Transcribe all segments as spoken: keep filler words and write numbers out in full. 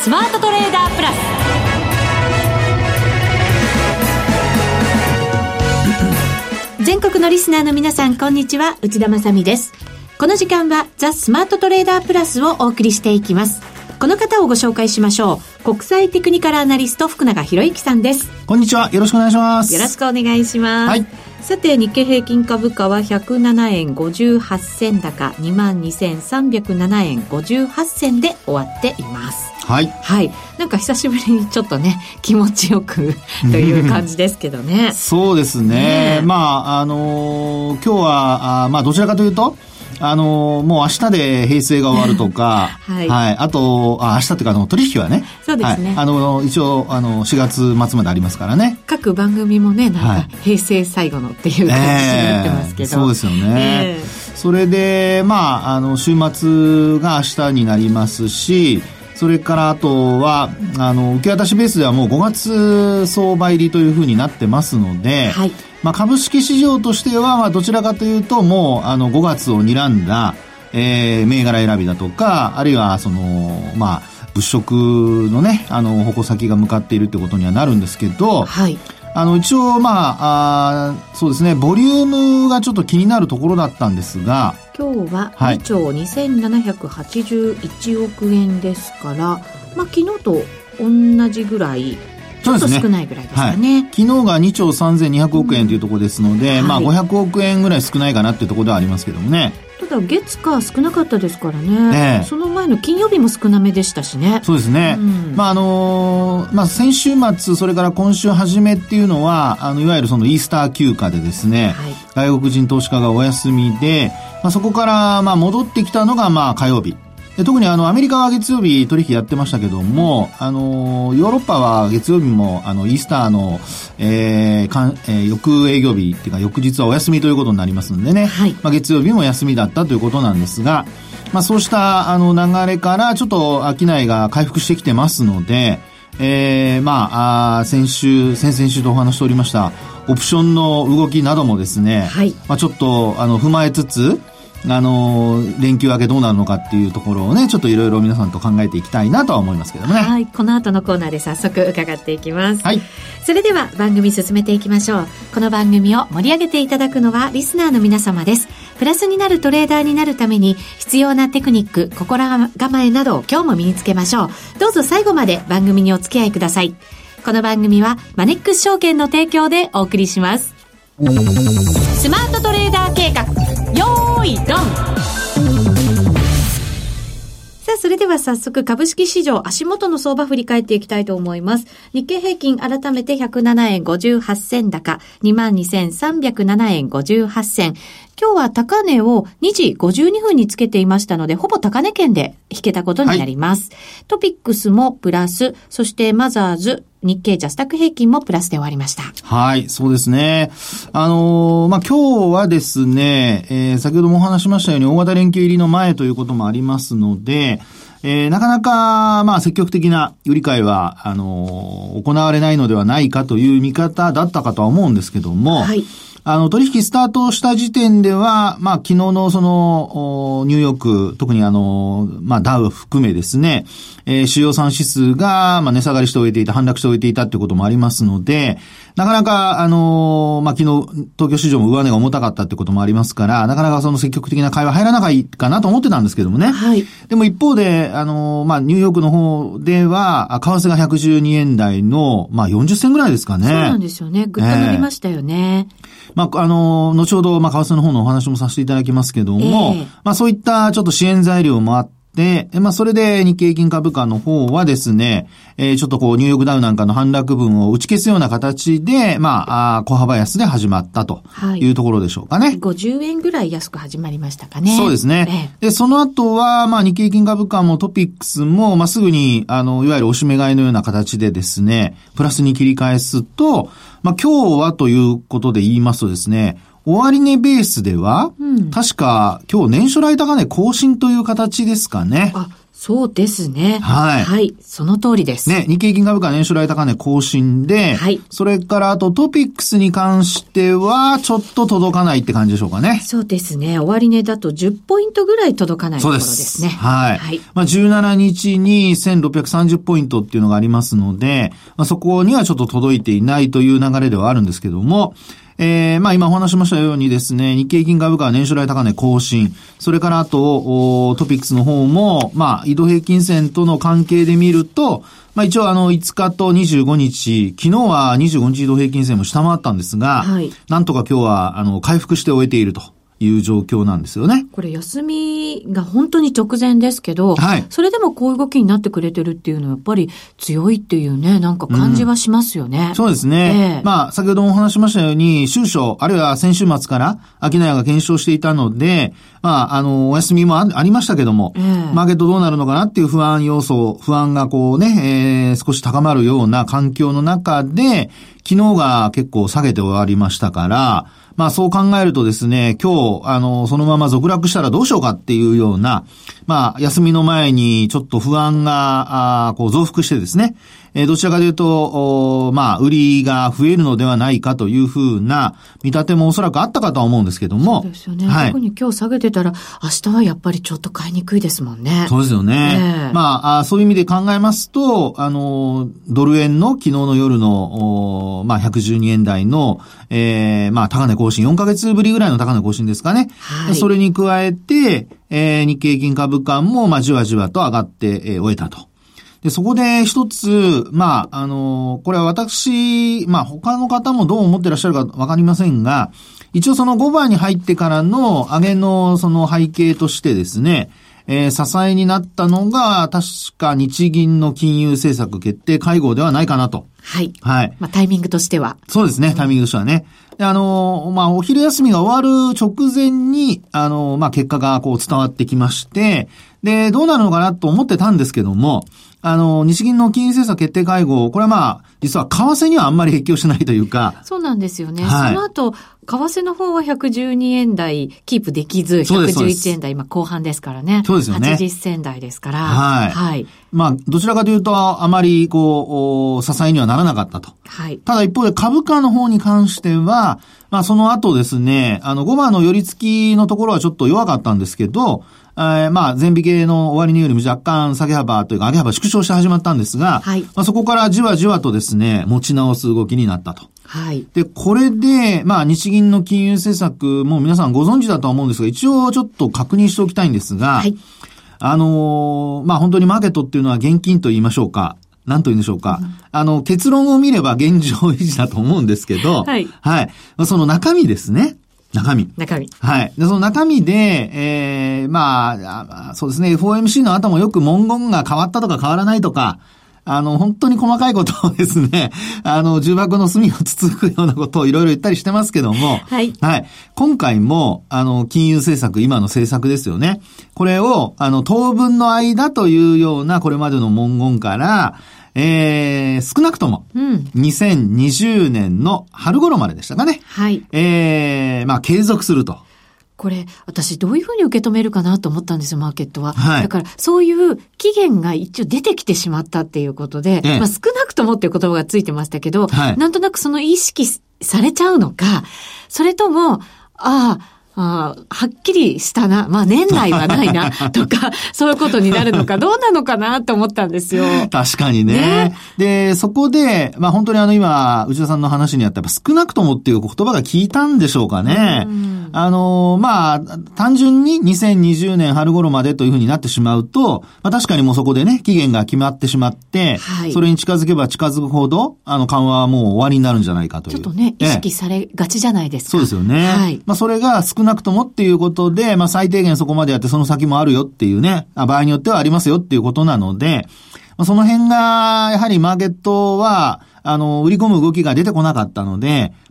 スマートトレーダープラス。全国のリスナーの皆さん、こんにちは、内田まさみです。この時間はザ・スマートトレーダープラスをお送りしていきます。この方をご紹介しましょう。国際テクニカルアナリスト福永博之さんです。 こんにちは、よろしくお願いします。 よろしくお願いします。はい、さて日経平均株価はひゃくななえんごじゅうはち銭高 にまんにせんさんびゃくななえんごじゅうはち銭で終わっています。 はい、 はい、なんか久しぶりにちょっとね気持ちよくという感じですけどねそうですね、ね、まああのー、今日はあまあどちらかというとあのー、もう明日で平成が終わるとか、はい、はい、あと、あ、明日というか、あの、取引はね。 そうですね。 はい、あの、一応、あの、しがつ末までありますからね。 各番組もね、なんか、平成最後のっていう感じになってますけど。 えー、そうですよね。えー、それで、まあ、あの、週末が明日になりますし、それからあとは、あの、受け渡しベースではもうごがつ相場入りというふうになってますので、はい、まあ、株式市場としては、まあ、どちらかというと、もう、あの、ごがつを睨んだ、えー、銘柄選びだとか、あるいは、その、まあ、物色のね、あの、矛先が向かっているってことにはなるんですけど、はい。あの、一応、まあ、あそうですね、ボリュームがちょっと気になるところだったんですが、 今日はにちょうにせんななひゃくはちじゅういちおくえんですから、まあ、昨日と同じぐらい、ちょっと少ないぐらいですかね。はい、 昨日がにちょうさんぜんにひゃくおくえんというところですので、うん、まあごひゃくおくえんぐらい少ないかなっていうところではありますけどもね。 ただ月火少なかったですからね、ええ、その前の金曜日も少なめでしたしね。 そうですね、うん、まああのー、まあ先週末それから今週初めっていうのはあのいわゆるそのイースター休暇でですね、はい、外国人投資家がお休みで、まあ、そこからまあ戻ってきたのがまあ火曜日で、特にあのアメリカは月曜日取引やってましたけども、あのヨーロッパは月曜日もあのイースターの、えーかんえー、翌営業日っていうか翌日はお休みということになりますんでね、はい、まあ、月曜日も休みだったということなんですが、まあ、そうしたあの流れからちょっと商いが回復してきてますので、えー、まあ、あ先週先々週とお話しておりましたオプションの動きなどもですね、はい、まあ、ちょっとあの踏まえつつあの連休明けどうなるのかっていうところをね、ちょっといろいろ皆さんと考えていきたいなとは思いますけどもね。 はい、この後のコーナーで早速伺っていきます。はい、それでは番組進めていきましょう。この番組を盛り上げていただくのはリスナーの皆様です。プラスになるトレーダーになるために必要なテクニック、心構えなどを今日も身につけましょう。どうぞ最後まで番組にお付き合いください。この番組はマネックス証券の提供でお送りします。スマートトレーダー計画、よーいドン。さあ、それでは早速株式市場足元の相場振り返っていきたいと思います。日経平均改めてひゃくななえんごじゅうはち銭高 にまんにせんさんびゃくななえんごじゅうはち銭。今日は高値をにじごじゅうにふんにつけていましたので、ほぼ高値圏で引けたことになります。はい、トピックスもプラス、そしてマザーズ、日経ジャスタック平均もプラスで終わりました。 はい、そうですね。あのー、まあ、今日はですね、えー、先ほどもお話しましたように大型連休入りの前ということもありますので、えー、なかなか、まあ、積極的な売り買いは、あのー、行われないのではないかという見方だったかとは思うんですけども、はい。あの、取引スタートした時点では、まあ、昨日のその、ニューヨーク、特にあの、まあ、ダウ含めですね、えー、主要産指数が、まあ、値下がりして終えていた、反落して終えていたっていうこともありますので、なかなか、あの、まあ、昨日、東京市場も上値が重たかったってこともありますから、なかなかその積極的な買いは入らなかったかなと思ってたんですけどもね。はい。でも一方で、あの、まあ、ニューヨークの方では、為替がひゃくじゅうにえん台の、まあ、よんじゅっ銭ぐらいですかね。そうなんですよね。ぐっと伸びましたよね。 えーまあ、あの、後ほど、まあ、為替の方のお話もさせていただきますけども、えー、まあ、そういったちょっと支援材料もあって、まあ、それで日経平均株価の方はですね、えー、ちょっとこう、ニューヨークダウなんかの反落分を打ち消すような形で、まあ、あ小幅安で始まったというところでしょうかね。はい、 ごじゅうえんぐらい安く始まりましたかね。 そうですね。えー、で、その後は、まあ、日経平均株価もトピックスも、まあ、すぐに、あの、いわゆる押し目買いのような形でですね、プラスに切り返すと、まあ、今日はということで言いますとですね、終値ベースでは、うん、確か今日年初来高値更新という形ですかね。 あ、 そうですね。 はい。 はい。その通りです。 ね、日経平均株価年初来高値更新で、はい。それからあとトピックスに関しては、ちょっと届かないって感じでしょうかね。 そうですね。終値だとじゅっポイントぐらい届かないところですね。 そうです。はい。はい。まあ、じゅうしちにちにせんろっぴゃくさんじゅうポイントっていうのがありますので、まあ、そこにはちょっと届いていないという流れではあるんですけども、えー、まあ今お話しましたようにですね、日経平均株価は年初来高値更新、それからあと、トピックスの方も、まあ移動平均線との関係で見ると、まあ一応あのいつかとにじゅうごにち、昨日はにじゅうごにち移動平均線も下回ったんですが、はい、なんとか今日はあの回復して終えているという状況なんですよね。 これ休みが本当に直前ですけど、はい、それでもこういう動きになってくれてるっていうのはやっぱり強いっていうね、なんか感じはしますよね。 うん、そうですね。えー、まあ先ほどもお話しましたように、週初、あるいは先週末から商いが減少していたので、まああの、お休みも あ, ありましたけども、えー、マーケットどうなるのかなっていう不安要素、不安がこうね、えー、少し高まるような環境の中で、昨日が結構下げて終わりましたから、まあそう考えるとですね、今日、あの、そのまま続落したらどうしようかっていうような、まあ休みの前にちょっと不安が、あこう増幅してですね、えー、どちらかというと、まあ売りが増えるのではないかというふうな見立てもおそらくあったかとは思うんですけども。 そうですよね。はい、特に今日下げてたら、明日はやっぱりちょっと買いにくいですもんね。 そうですよね。えー、まああ、そういう意味で考えますと、あの、ドル円の昨日の夜の、まあひゃくじゅうにえん台の、えー、まあ高値更新、よんかげつぶりぐらいの高値更新ですかね。はい、それに加えて、えー、日経平均株価も、まあじわじわと上がって、えー、終えたと。で、そこで一つ、まあ、あの、これは私、まあ他の方もどう思ってらっしゃるかわかりませんが、一応そのごばんに入ってからの上げのその背景としてですね、えー、支えになったのが、確か日銀の金融政策決定会合ではないかなと。 はい。はい。まあタイミングとしては。 そうですね、タイミングとしてはね。で、あの、まあお昼休みが終わる直前に、あの、まあ結果がこう伝わってきまして、で、どうなるのかなと思ってたんですけども、あの、日銀の金融政策決定会合、これはまあ、実は為替にはあんまり影響しないというか。 そうなんですよね。はい、その後、為替の方はひゃくじゅうにえん台キープできず、ひゃくじゅういちえん台、今後半ですからね。 そうですよね。 はちじゅっせん台ですから。 はい。はい。まあ、どちらかというと、あまり、こう、支えにはならなかったと。はい。ただ一方で株価の方に関しては、まあ、その後ですね、あの、ごばんの寄り付きのところはちょっと弱かったんですけど、えー、まあ、前引けの終値よりも若干下げ幅というか上げ幅縮小して始まったんですが、はい。まあ、そこからじわじわとですね、持ち直す動きになったと。はい。で、これで、まあ、日銀の金融政策も皆さんご存知だとは思うんですが、一応ちょっと確認しておきたいんですが、はい。あのー、まあ、本当にマーケットっていうのは現金と言いましょうか。なんと言うんでしょうか。うん、あの、結論を見れば現状維持だと思うんですけど、はい。はい。その中身ですね。中身。 中身。 はい。で、その中身で、えー、まあ、そうですね、エフオーエムシー の後もよく文言が変わったとか変わらないとか、あの、本当に細かいことをですね、あの、重箱の隅をつつくようなことをいろいろ言ったりしてますけども、はい。はい。今回も、あの、金融政策、今の政策ですよね。これを、あの、当分の間というような、これまでの文言から、えー、少なくとも、うん、にせんにじゅうねんの春頃まででしたかね。はい。えー、まあ、継続すると。 これ、私どういうふうに受け止めるかなと思ったんですよ、マーケットは。はい。だから、そういう期限が一応出てきてしまったっていうことで、ええ、まあ、少なくともっていう言葉がついてましたけど、はい、なんとなくその意識されちゃうのか、それとも、ああ、ああ、はっきりしたな。まあ年内はないな。とか、そういうことになるのか、どうなのかなと思ったんですよ。 確かにね。ねで、そこで、まあ本当にあの今、内田さんの話にあったやっぱ少なくともっていう言葉が効いたんでしょうかね。あの、まあ、単純ににせんにじゅうねん春頃までというふうになってしまうと、まあ確かにもうそこでね、期限が決まってしまって、はい、それに近づけば近づくほど、あの緩和はもう終わりになるんじゃないかという。 ちょっとね、意識されがちじゃないですか。 そうですよね。はい。まあそれが少なくともっていうことで、まあ最低限そこまでやってその先もあるよっていうね、場合によってはありますよっていうことなので、まあ、その辺が、やはりマーケットは、あの、売り込む動きが出てこなかったので、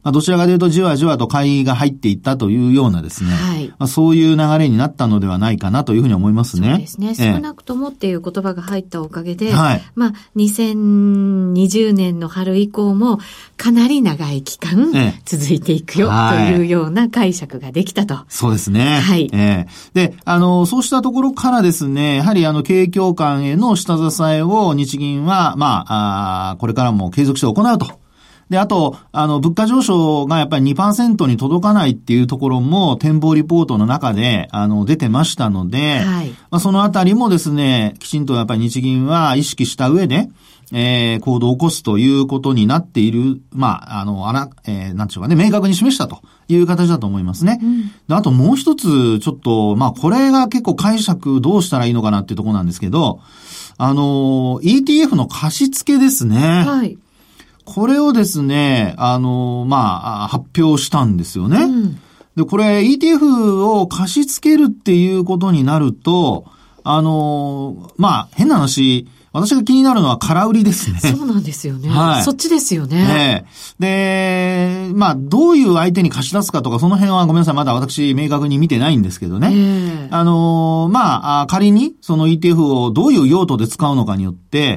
まあ、どちらかというとじわじわと買いが入っていったというようなですね、はい、まあ、そういう流れになったのではないかなというふうに思いますね。 そうですね。少なくともっていう言葉が入ったおかげで、はい、まあ、にせんにじゅうねんの春以降もかなり長い期間続いていくよというような解釈ができたと。はい、 そうですね。はい。えー、で、あの、そうしたところからですね、やはりあの、景況感への下支えを日銀は、まあ、あこれからも継続して行うと。で、あと、あの、物価上昇がやっぱり にパーセント に届かないっていうところも展望リポートの中で、あの、出てましたので、はい、まあ、そのあたりもですね、きちんとやっぱり日銀は意識した上で、えー、行動を起こすということになっている、まあ、あの、あら、えー、なんでしょうかね、明確に示したという形だと思いますね。うん、であともう一つ、ちょっと、まあ、これが結構解釈どうしたらいいのかなっていうところなんですけど、あの、イーティーエフ の貸し付けですね。はい。これをですね、あの、まあ、発表したんですよね。うん、で、これ イーティーエフ を貸し付けるっていうことになると、あの、まあ、変な話、私が気になるのは空売りですね。 そうなんですよね。はい。そっちですよね。 ねで、まあ、どういう相手に貸し出すかとか、その辺はごめんなさい、まだ私明確に見てないんですけどね。あの、まあ、仮にその イーティーエフ をどういう用途で使うのかによって、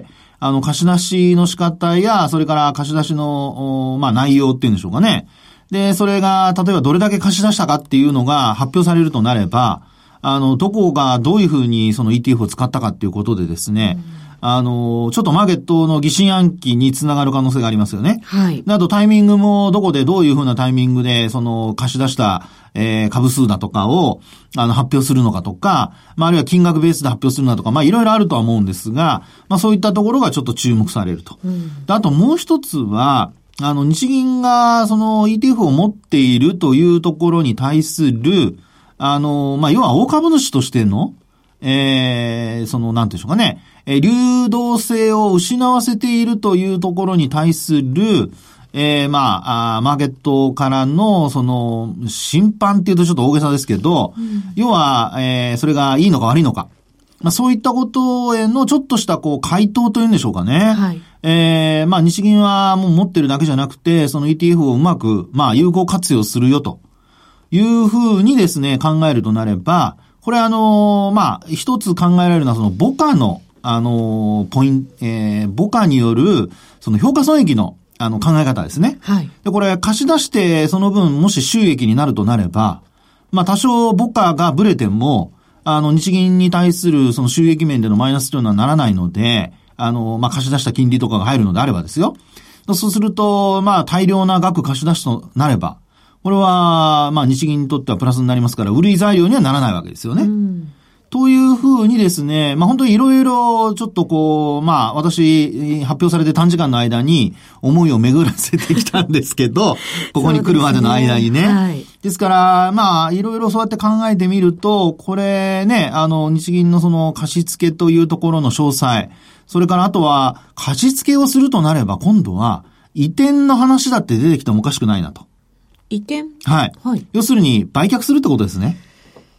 あの、貸し出しの仕方や、それから貸し出しの、まあ、内容っていうんでしょうかね。で、それが、例えばどれだけ貸し出したかっていうのが発表されるとなれば、あの、どこがどういうふうにその イーティーエフ を使ったかっていうことでですね、うん、あの、ちょっとマーケットの疑心暗鬼につながる可能性がありますよね。はい。あとタイミングもどこでどういうふうなタイミングで、その貸し出した、えー、株数だとかを、あの、発表するのかとか、まあ、あるいは金額ベースで発表するのかとか、まあ、いろいろあるとは思うんですが、まあ、そういったところがちょっと注目されると。うん、あともう一つは、あの、日銀がその イーティーエフ を持っているというところに対する、あの、まあ、要は大株主としての、えー、その、なんていうんでしょうかね、えー、流動性を失わせているというところに対する、えー、まあ、あマーケットからの、その、審判っていうとちょっと大げさですけど、うん、要は、えー、それがいいのか悪いのか。まあ、そういったことへのちょっとした、こう、回答というんでしょうかね。はい。えー、まあ、日銀はもう持ってるだけじゃなくて、その イーティーエフ をうまく、まあ、有効活用するよというふうにですね、考えるとなれば、これあのー、まあ、一つ考えられるのは、その、母価の、あのー、ポイント、えー、母価による、その評価損益の、あの、考え方ですね。はい。で、これ、貸し出して、その分、もし収益になるとなれば、まあ、多少母価がブレても、あの、日銀に対する、その収益面でのマイナスというのはならないので、あの、まあ、貸し出した金利とかが入るのであればですよ。そうすると、まあ、大量な額貸し出しとなれば、これは、まあ、日銀にとってはプラスになりますから、売り材料にはならないわけですよね。うんというふうにですね、まあ本当にいろいろちょっとこう、まあ私発表されて短時間の間に思いを巡らせてきたんですけど、ここに来るまでの間にね。ですね、はい、ですから、まあいろいろそうやって考えてみると、これね、あの日銀のその貸付というところの詳細、それからあとは貸付をするとなれば今度は移転の話だって出てきてもおかしくないなと。 移転？ はい。はい。要するに売却するってことですね。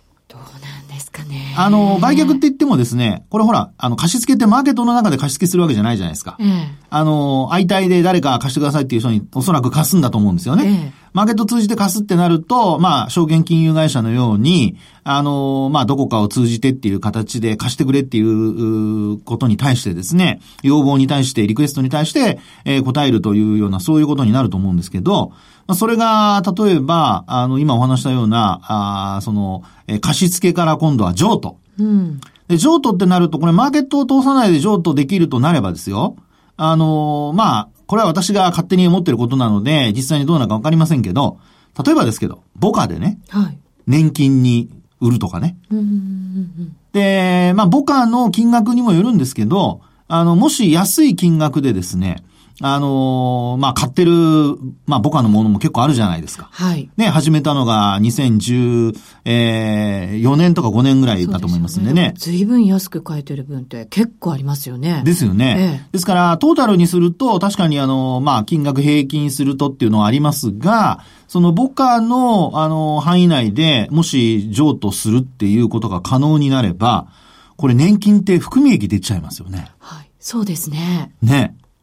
あの、売却って言ってもですね、これほら、あの、貸し付けってマーケットの中で貸し付けするわけじゃないじゃないですか。ええ、あの、相対で誰か貸してくださいっていう人におそらく貸すんだと思うんですよね。ええ、マーケット通じて貸すってなると、まあ、証券金融会社のように、あの、まあ、どこかを通じてっていう形で貸してくれっていうことに対してですね、要望に対して、リクエストに対して、えー、答えるというような、そういうことになると思うんですけど、それが、例えば、あの、今お話したような、あその、え貸し付けから今度は譲渡。うん。で、譲渡ってなると、これマーケットを通さないで譲渡できるとなればですよ。あの、まあ、これは私が勝手に思ってることなので、実際にどうなるかわかりませんけど、例えばですけど、母価でね、はい、年金に売るとかね。うんうんうん、で、まあ、母価の金額にもよるんですけど、あの、もし安い金額でですね、あのー、まあ、買ってる、まあ、母価のものも結構あるじゃないですか。はい。ね、始めたのがにせんじゅうよねんとかごねんぐらいだと思いますんでね。 随分安く買えてる分って結構ありますよね。 ですよね。ええ、ですから、トータルにすると、確かにあの、まあ、金額平均するとっていうのはありますが、その母価の、あの、範囲内でもし譲渡するっていうことが可能になれば、これ年金って含み益出ちゃいますよね。 はい。そうですね。 ね。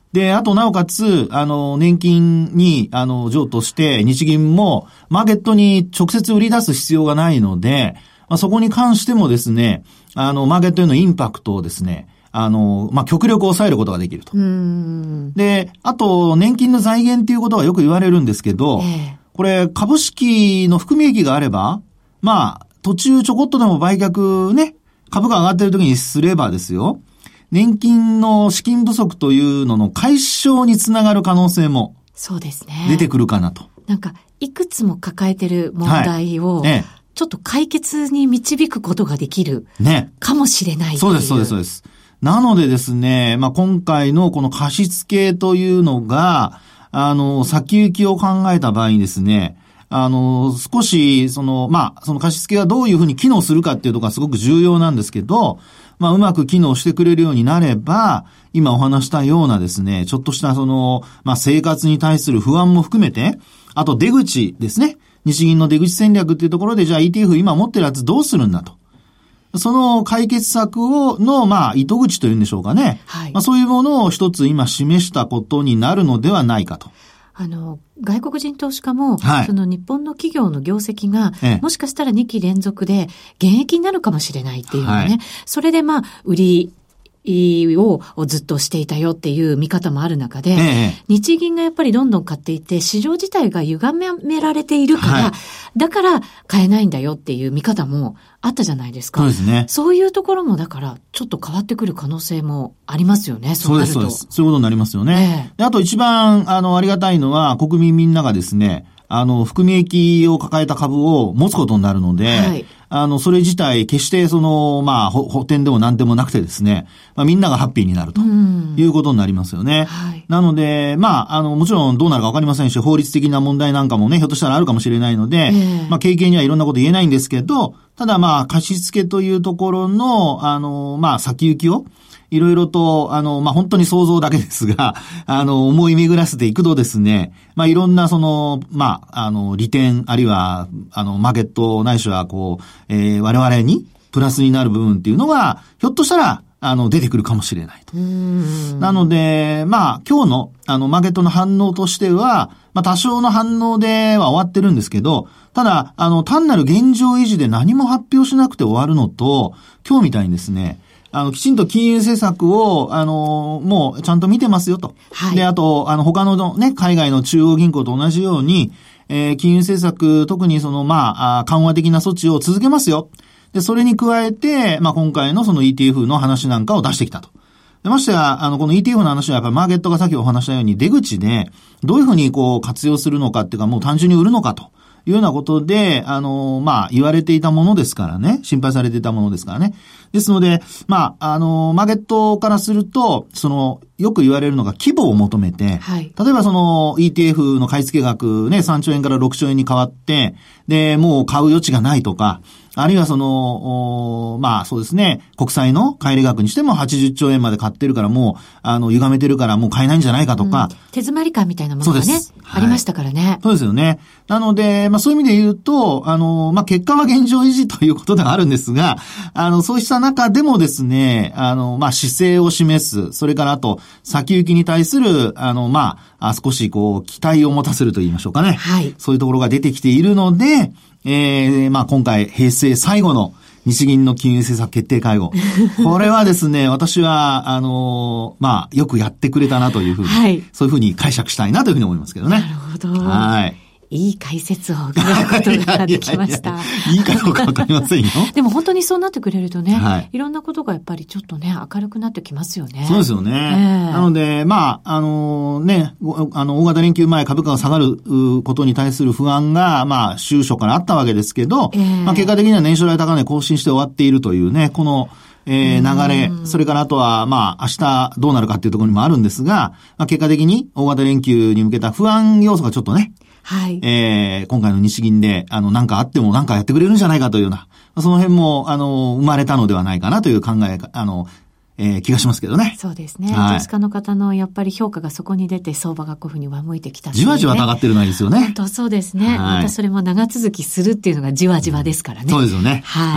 で、あとなおかつ、あの、年金に、あの、譲渡して、日銀も、マーケットに直接売り出す必要がないので、まあ、そこに関してもですね、あの、マーケットへのインパクトをですね、あの、まあ、極力抑えることができると。 うーんで、あと、年金の財源っていうことがよく言われるんですけど、えー、これ、株式の含み益があれば、まあ、途中ちょこっとでも売却ね、株価上がってる時にすればですよ、年金の資金不足というのの解消につながる可能性も、 そうですね。 出てくるかなと。 なんか、いくつも抱えてる問題を、はい、ええ、ちょっと解決に導くことができる。ね。かもしれない。 そうです、そうです、そうです。なのでですね、まあ、今回のこの貸付というのが、あの、先行きを考えた場合にですね、あの、少し、その、まあ、その貸付がどういうふうに機能するかっていうところがすごく重要なんですけど、まあ、うまく機能してくれるようになれば、今お話したようなですね、ちょっとしたその、まあ、生活に対する不安も含めて、あと出口ですね。日銀の出口戦略っていうところで、じゃあ イーティーエフ 今持ってるやつどうするんだと。その解決策を、の、まあ、糸口というんでしょうかね。はい。まあ、そういうものを一つ今示したことになるのではないかと。 あの、外国人投資家も、はい、その日本の企業の業績が、ええ、もしかしたらにき連続で減益になるかもしれないっていうのね。はい、それでまあ、売り、をずっとしていたよっていう見方もある中で、ええ、日銀がやっぱりどんどん買っていて、市場自体が歪められているから、はい、だから買えないんだよっていう見方もあったじゃないですか。 そうですね。 そういうところもだからちょっと変わってくる可能性もありますよね。そうなると。 そうです、そうです。そういうことになりますよね。ええ、であと一番あのありがたいのは国民みんながですね、あの含み益を抱えた株を持つことになるので、はい、あのそれ自体決してそのまあ補填でも何でもなくてですね、まあ、みんながハッピーになるということになりますよね。はい、なのでまああのもちろんどうなるかわかりませんし、法律的な問題なんかもねひょっとしたらあるかもしれないので、えー、まあ経験にはいろんなこと言えないんですけど、ただまあ貸付というところのあのまあ先行きをいろいろと、あの、まあ、本当に想像だけですが、あの、思い巡らせていくとですね、まあ、いろんなその、まあ、あの、利点、あるいは、あの、マーケットないしは、こう、えー、我々にプラスになる部分っていうのが、ひょっとしたら、あの、出てくるかもしれないと。なので、まあ、今日の、あの、マーケットの反応としては、まあ、多少の反応では終わってるんですけど、ただ、あの、単なる現状維持で何も発表しなくて終わるのと、今日みたいにですね、あの、きちんと金融政策を、あの、もうちゃんと見てますよと。はい。で、あと、あの、他のね、海外の中央銀行と同じように、えー、金融政策、特にその、まあ、緩和的な措置を続けますよ。で、それに加えて、まあ、今回のその イーティーエフ の話なんかを出してきたと。で、ましてや、あの、この イーティーエフ の話はやっぱりマーケットがさっきお話したように出口で、どういうふうにこう活用するのかっていうか、もう単純に売るのかと。いうようなことで、あの、まあ、言われていたものですからね。心配されていたものですからね。ですので、まあ、あの、マーケットからすると、その、よく言われるのが規模を求めて、はい、例えばその イーティーエフ の買い付け額ね、さんちょうえんからろくちょうえんに変わって、で、もう買う余地がないとか、あるいはその、まあそうですね、国債の買入額にしてもはちじゅっちょうえんまで買ってるからもう、あの、歪めてるからもう買えないんじゃないかとか。うん、 手詰まり感みたいなものがね、ありましたからね。 そうですよね。なので、まあそういう意味で言うと、あの、まあ結果は現状維持ということではあるんですが、あの、そうした中でもですね、あの、まあ姿勢を示す、それからあと、先行きに対する、あの、まあ、少しこう、期待を持たせると言いましょうかね。はい。そういうところが出てきているので、えー、まあ今回、平成最後の日銀の金融政策決定会合。これはですね、私は、あのー、まあ、よくやってくれたなというふうに、はい、そういうふうに解釈したいなというふうに思いますけどね。 なるほど。はい。いい解説を伺うことができました。 いやいやいやいいかどうかわかりませんよ。 でも本当にそうなってくれるとね、はい、いろんなことがやっぱりちょっとね、明るくなってきますよね。 そうですよね。えー、なので、まあ、あのー、ね、あの、大型連休前株価が下がることに対する不安が、まあ、週初からあったわけですけど、えー、まあ、結果的には年初来高値更新して終わっているというね、この、えー、流れ、それからあとは、まあ、明日どうなるかっていうところにもあるんですが、まあ、結果的に大型連休に向けた不安要素がちょっとね、はい。えー、今回の日銀で、あの、なんかあってもなんかやってくれるんじゃないかというような、その辺も、あの、生まれたのではないかなという考え、あの、えー、気がしますけどね。 そうですね。はい、投資家の方のやっぱり評価がそこに出て相場がこういうふうに上向いてきた、ね。 じわじわ上がってるのはいいですよね。 本当そうですね。はい、またそれも長続きするっていうのがじわじわですからね。 そうですよね。 はい。はい、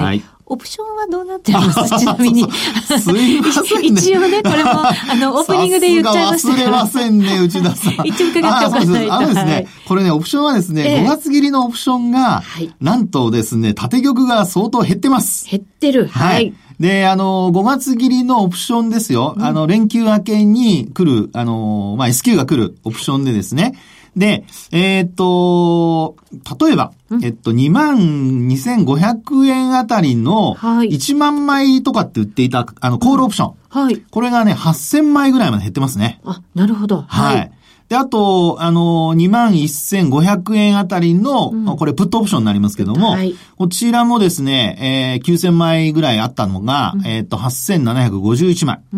オプションはどうなってますちなみに。 すいませんね。 一応ね、これも、あの、オープニングで言っちゃいましたから。 忘れませんね、内田さん。 一応伺っておかないと。 あのですね、これね、オプションはですね、ええ、ごがつ切りのオプションが、はい、なんとですね、縦玉が相当減ってます。 減ってる。はい。はい、 で、あの、ごがつ切りのオプションですよ。うん、あの、連休明けに来る、あの、まあ、S q が来るオプションでですね。で、えー、っと、例えば、うん、えっと、にまんにせんごひゃくえんあたりのいちまんまいとかって売っていた、あの、コールオプション。うん、はい。これがね、はっせんまいぐらいまで減ってますね。 あ、なるほど。 はい。はい、で、あと、あの、にまんせんごひゃくえんあたりの、うん、これプットオプションになりますけども、はい、こちらもですね、えー、きゅうせんまいぐらいあったのが、うん、えっと、はっせんななひゃくごじゅういちまい、うん。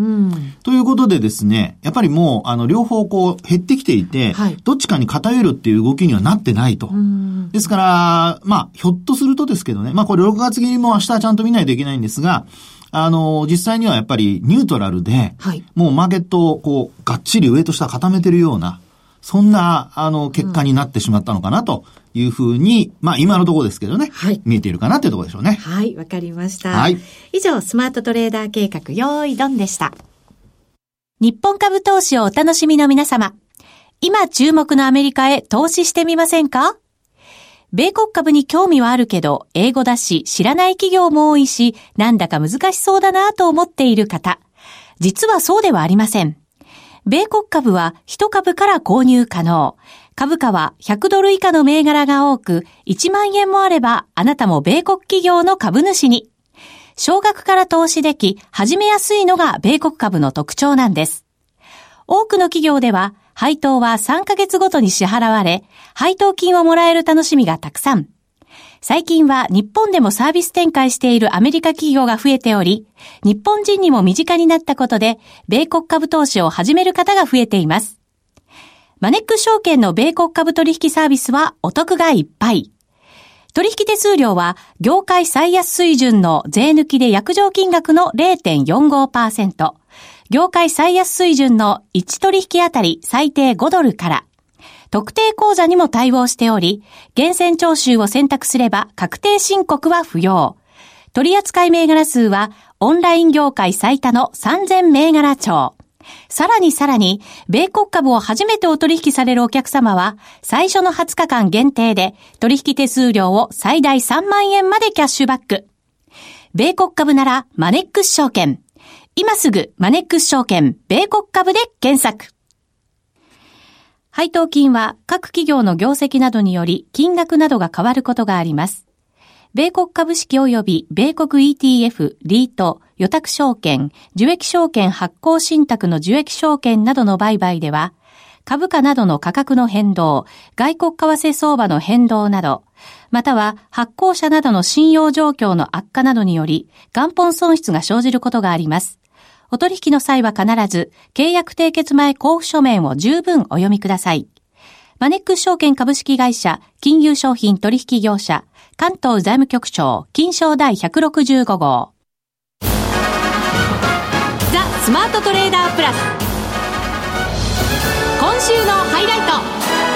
ということでですね、やっぱりもう、あの、両方こう減ってきていて、はい、どっちかに偏るっていう動きにはなってないと。うん、ですから、まあ、ひょっとするとですけどね、まあこれろくがつ切りも明日ちゃんと見ないといけないんですが、あの、実際にはやっぱりニュートラルで、はい、もうマーケットをこう、がっちり上と下固めてるような、そんな、あの、結果になってしまったのかなというふうに、うん、まあ今のところですけどね、はい、見えているかなというところでしょうね。 はい、わかりました。はい。以上、スマートトレーダー計画、用意ドンでした。日本株投資をお楽しみの皆様、今注目のアメリカへ投資してみませんか？米国株に興味はあるけど、英語だし、知らない企業も多いし、なんだか難しそうだなと思っている方。実はそうではありません。米国株はひとかぶから購入可能。株価はひゃくドル以下の銘柄が多く、いちまんえんもあれば、あなたも米国企業の株主に。少額から投資でき、始めやすいのが米国株の特徴なんです。多くの企業では、配当はさんかげつごとに支払われ、配当金をもらえる楽しみがたくさん。最近は日本でもサービス展開しているアメリカ企業が増えており、日本人にも身近になったことで、米国株投資を始める方が増えています。マネックス証券の米国株取引サービスはお得がいっぱい。取引手数料は業界最安水準の税抜きで約定金額の れいてんよんごパーセント。業界最安水準のいち取引あたり最低ごドルから。特定口座にも対応しており、厳選徴収を選択すれば確定申告は不要。取扱銘柄数はオンライン業界最多のさんぜん銘柄超。さらにさらに、米国株を初めてお取引されるお客様は、最初のはつかかん限定で取引手数料を最大さんまんえんまでキャッシュバック。米国株ならマネックス証券。今すぐマネックス証券米国株で検索。配当金は各企業の業績などにより金額などが変わることがあります。米国株式及び米国 イーティーエフ、リート、予託証券、受益証券発行信託の受益証券などの売買では、株価などの価格の変動、外国為替相場の変動など、または発行者などの信用状況の悪化などにより元本損失が生じることがあります。お取引の際は必ず、契約締結前交付書面を十分お読みください。マネックス証券株式会社、金融商品取引業者、関東財務局長、金商第ひゃくろくじゅうご号。ザ・スマートトレーダープラス。今週のハイライト。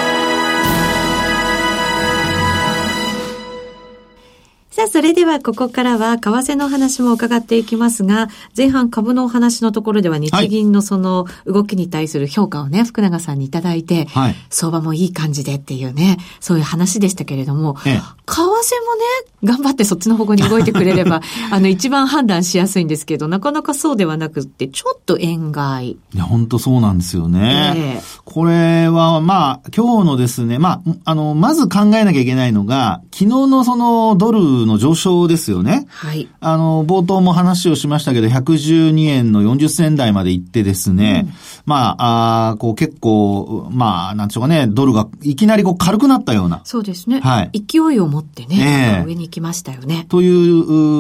さあ、それではここからは為替の話も伺っていきますが、前半株のお話のところでは日銀のその動きに対する評価をね、福永さんにいただいて、はい、相場もいい感じでっていうね、そういう話でしたけれども、ええ、為替もね、頑張ってそっちの方向に動いてくれれば、あの一番判断しやすいんですけど、なかなかそうではなくって、ちょっと円買い。 いや、本当そうなんですよね。ええ、これは、まあ、今日のですね、まあ、あの、まず考えなきゃいけないのが、昨日のそのドルの上昇ですよね。はい。あの、冒頭も話をしましたけど、ひゃくじゅうにえんのよんじゅっせん台まで行ってですね、うん、まあ、あこう結構、まあ、なんでしょうかね、ドルがいきなりこう軽くなったような。 そうですね。はい。勢いを持ってね、えー、上に行きましたよね。 という、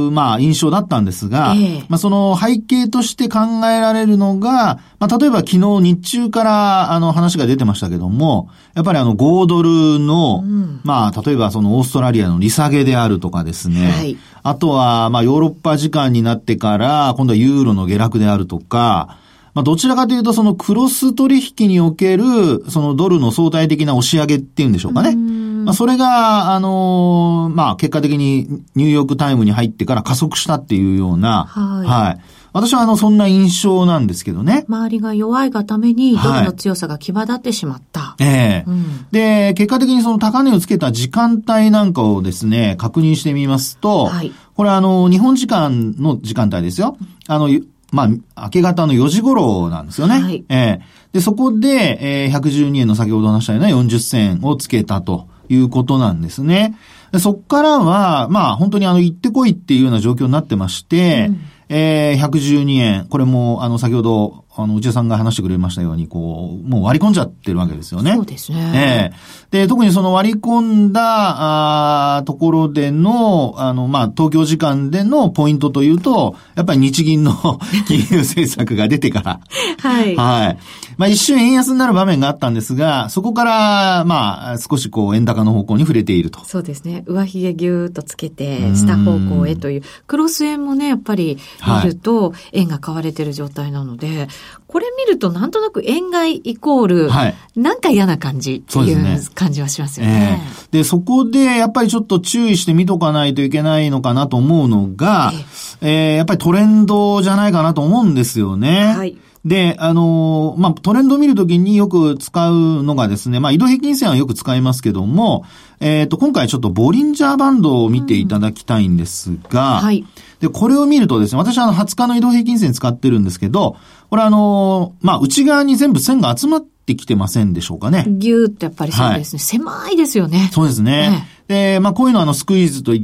まあ、印象だったんですが、えー、まあ、その背景として考えられるのが、まあ、例えば昨日日中からあの話が出てましたけども、やっぱりあのごドルの、うん、まあ、例えばそのオーストラリアの利下げであるとかですね、はい、あとは、まあ、ヨーロッパ時間になってから、今度はユーロの下落であるとか、まあ、どちらかというと、そのクロス取引における、そのドルの相対的な押し上げっていうんでしょうかね。 まあ、それが、あのー、まあ、結果的にニューヨークタイムに入ってから加速したっていうような、はい。はい。私はあの、そんな印象なんですけどね。 周りが弱いがために、ドルの強さが際立ってしまった。はい、 ええーうん、で、結果的にその高値をつけた時間帯なんかをですね、確認してみますと、はい、これあの、日本時間の時間帯ですよ。あの、まあ、明け方のよじ頃なんですよね。はい。ええー、で、そこで、えー、ひゃくじゅうにえんの先ほど話したようなよんじゅっせんをつけたということなんですね。でそこからは、まあ、本当にあの、行ってこいっていうような状況になってまして、うんえー、ひゃくじゅうにえん。これも、あの、先ほど、あの、内田さんが話してくれましたように、こう、もう割り込んじゃってるわけですよね。 そうですね。 えー、で、特にその割り込んだ、あところでの、あの、まあ、東京時間でのポイントというと、やっぱり日銀の金融政策が出てから。 はい。 はい。まあ、一瞬円安になる場面があったんですが、そこから、まあ、少しこう、円高の方向に触れていると。 そうですね。上髭ぎゅーっとつけて、下方向へという、クロス円もね、やっぱり見ると、円が買われてる状態なので、これ見るとなんとなく円買いイコール、はい、なんか嫌な感じっていう感じはしますよね。 えー、で、そこでやっぱりちょっと注意して見とかないといけないのかなと思うのが、えーえー、やっぱりトレンドじゃないかなと思うんですよね。はい。で、あのー、まあ、トレンドを見るときによく使うのがですね、まあ、移動平均線はよく使いますけども、えっと、今回ちょっとボリンジャーバンドを見ていただきたいんですが、うん、はい。で、これを見るとですね、私はあの、はつかの移動平均線使ってるんですけど、これあのー、まあ、内側に全部線が集まってきてませんでしょうかね。 ぎゅーってやっぱりそうですね。はい、狭いですよね。 そうですね。ねで、まあ、こういうのはあの、スクイーズといって、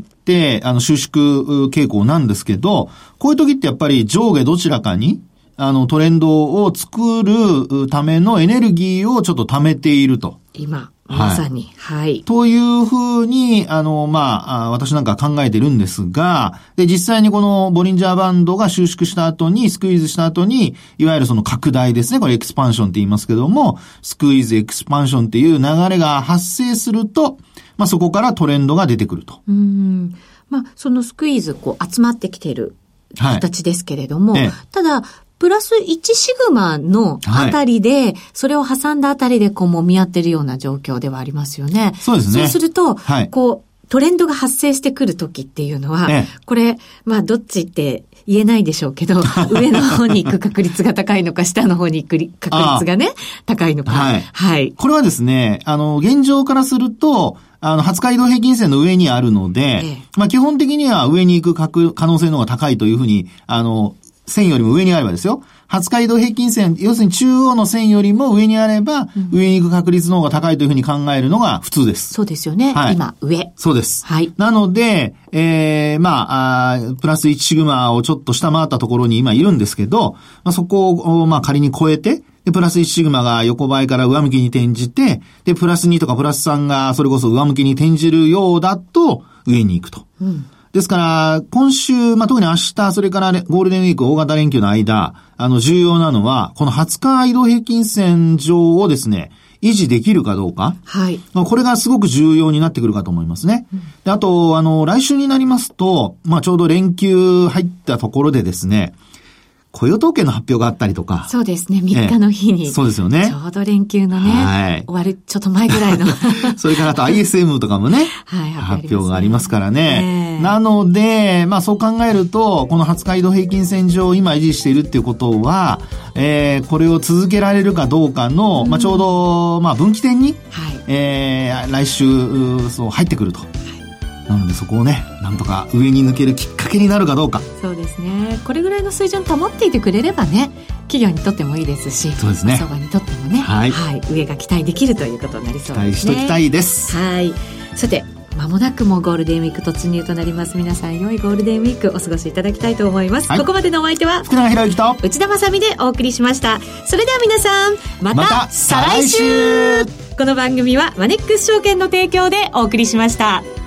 あの、収縮傾向なんですけど、こういう時ってやっぱり上下どちらかに、あの、トレンドを作るためのエネルギーをちょっと貯めていると。 今、まさに。はい。はい、 というふうに、あの、まあ、私なんか考えてるんですが、で、実際にこのボリンジャーバンドが収縮した後に、スクイーズした後に、いわゆるその拡大ですね。これエクスパンションって言いますけども、スクイーズ、エクスパンションっていう流れが発生すると、まあ、そこからトレンドが出てくると。 うん。まあ、そのスクイーズ、こう、集まってきている形ですけれども、はいええ、ただ、プラスいちシグマのあたりで、はい、それを挟んだあたりでこうもみ合ってるような状況ではありますよね。 そうですね。 そうすると、はい、こう、トレンドが発生してくるときっていうのは、ええ、これ、まあ、どっちって言えないでしょうけど、上の方に行く確率が高いのか、下の方に行く確率がね、高いのか。はい。はい。 これはですね、あの、現状からすると、あの、はつか移動平均線の上にあるので、ええ、まあ、基本的には上に行く可能性の方が高いというふうに、あの、線よりも上にあればですよ。はつか移動平均線、要するに中央の線よりも上にあれば、うん、上に行く確率の方が高いというふうに考えるのが普通です。 そうですよね。はい、今、上。 そうです。 はい。 なので、えー、まあ、あプラスいちシグマをちょっと下回ったところに今いるんですけど、まあ、そこを、まあ、仮に超えて、で、プラスいちシグマが横ばいから上向きに転じて、で、プラスにとかプラスさんがそれこそ上向きに転じるようだと、上に行くと。うんですから、今週、まあ、特に明日、それからゴールデンウィーク、大型連休の間、あの、重要なのは、このはつか移動平均線上をですね、維持できるかどうか。 はい。 まあ、これがすごく重要になってくるかと思いますね。うん、であと、あの、来週になりますと、まあ、ちょうど連休入ったところでですね、雇用統計の発表があったりとか。 そうですね。みっかの日に。 そうですよね。 ちょうど連休のね。はい。終わるちょっと前ぐらいの。 それからあと アイエスエム とかもね。はい。発表がありますからね。なので、まあそう考えると、このはつか移動平均線上を今維持しているっていうことは、えー、これを続けられるかどうかの、うん、まあちょうど、まあ分岐点に、はい。えー、来週、そう入ってくると。なのでそこをね、なんとか上に抜けるきっかけになるかどうか。 そうですね。これぐらいの水準保っていてくれればね、企業にとってもいいですし、 そうですね。 相場にとってもね、はい、はい、上が期待できるということになりそうですね。 期待しときたいです。 はい。さて、間もなくもゴールデンウィーク突入となります。皆さん良いゴールデンウィークお過ごしいただきたいと思います。はい、ここまでのお相手は福永博之と内田まさみでお送りしました。それでは皆さん、また、また再来週。この番組はマネックス証券の提供でお送りしました。